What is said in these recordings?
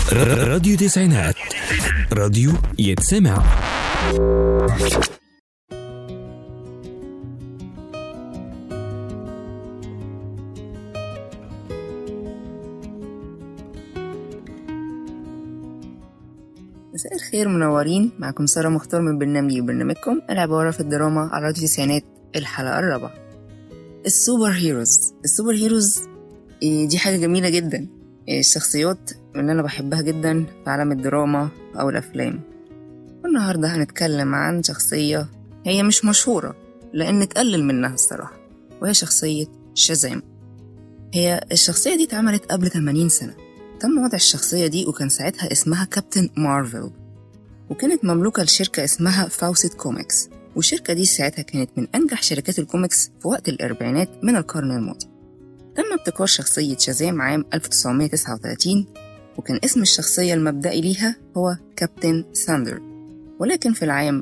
راديو تسعينات، راديو يتسمع. مساء الخير، منورين. معكم سارة مختار من برنامجكم العبارة في الدراما على راديو تسعينات، الحلقة الرابعة. السوبر هيروز دي حاجة جميلة جدا. الشخصيات اللي أنا بحبها جدا في عالم الدراما أو الأفلام. والنهاردة هنتكلم عن شخصية هي مش مشهورة لأن تقلل منها الصراحة، وهي شخصية شازام. هي الشخصية دي اتعملت قبل 80 سنة. تم وضع الشخصية دي وكان ساعتها اسمها كابتن مارفل، وكانت مملوكة لشركة اسمها فاوسيت كوميكس، والشركة دي ساعتها كانت من أنجح شركات الكوميكس في وقت الأربعينات من القرن الماضي. تم ابتكار شخصية شازام عام 1939، وكان اسم الشخصية المبدئي ليها هو كابتن ساندر. ولكن في العام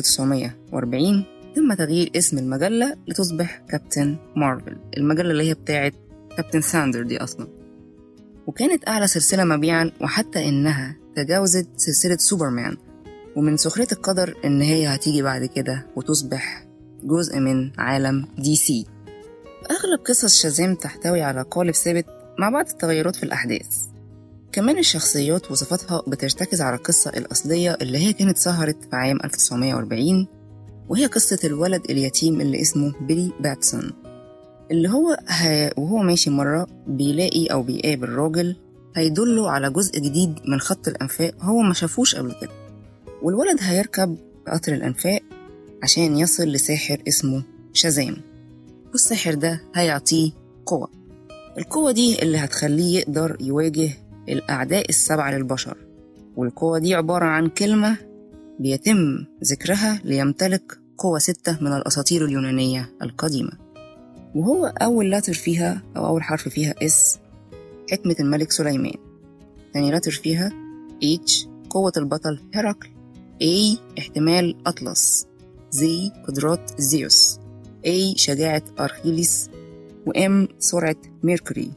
1940 تم تغيير اسم المجلة لتصبح كابتن مارفل، المجلة اللي هي بتاعت كابتن ساندر دي أصلا، وكانت أعلى سلسلة مبيعاً، وحتى إنها تجاوزت سلسلة سوبرمان. ومن سخرية القدر إن هي هتيجي بعد كده وتصبح جزء من عالم دي سي. أغلب قصص شازام تحتوي على قالب ثابت مع بعض التغيرات في الأحداث. كمان الشخصيات وصفاتها بترتكز على القصة الأصلية اللي هي كانت ظهرت في عام 1940، وهي قصة الولد اليتيم اللي اسمه بيلي باتسون، اللي هو وهو ماشي مرة بيلاقي أو بيقابل راجل هيدله على جزء جديد من خط الأنفاق هو ما شافوش قبل كده، والولد هيركب قطر الأنفاق عشان يصل لساحر اسمه شازام، والساحر ده هيعطيه قوة. القوة دي اللي هتخليه يقدر يواجه الأعداء السبعة للبشر، والقوة دي عبارة عن كلمة بيتم ذكرها ليمتلك قوة 6 من الأساطير اليونانية القديمة. وهو أول لاتر فيها أو أول حرف فيها S حكمة الملك سليمان، ثاني لاتر فيها H قوة البطل هيراكل، A احتمال أطلس، Z قدرات زيوس، A شجاعة أرخيليس، وM سرعة ميركوري.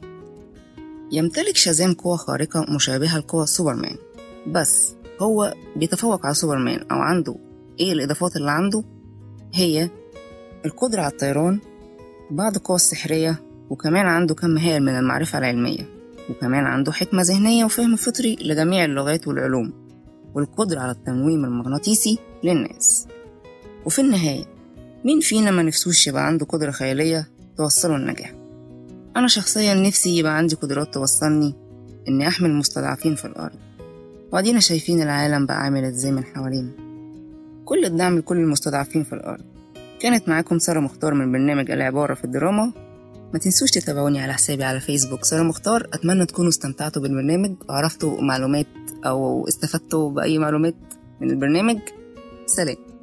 يمتلك شازام قوة خارقة مشابهة لقوة سوبرمان، بس هو بيتفوق على سوبرمان أو عنده الإضافات اللي عنده هي القدرة على الطيران، بعض القوى السحرية، وكمان عنده كم هائل من المعرفة العلمية، وكمان عنده حكمة ذهنية وفهم فطري لجميع اللغات والعلوم، والقدرة على التنويم المغناطيسي للناس. وفي النهاية مين فينا ما نفسوش يبقى عنده قدرة خيالية توصله النجاح؟ أنا شخصيا نفسي يبقى عندي قدرات توصلني إني أحمي المستضعفين في الأرض، وعدينا شايفين العالم بقى عامل إزاي من حوالينا. كل الدعم لكل المستضعفين في الأرض. كانت معاكم سارة مختار من برنامج العبارة في الدراما. ما تنسوش تتابعوني على حسابي على فيسبوك سارة مختار. أتمنى تكونوا استمتعتوا بالبرنامج وعرفتوا معلومات أو استفدتوا بأي معلومات من البرنامج. سلام.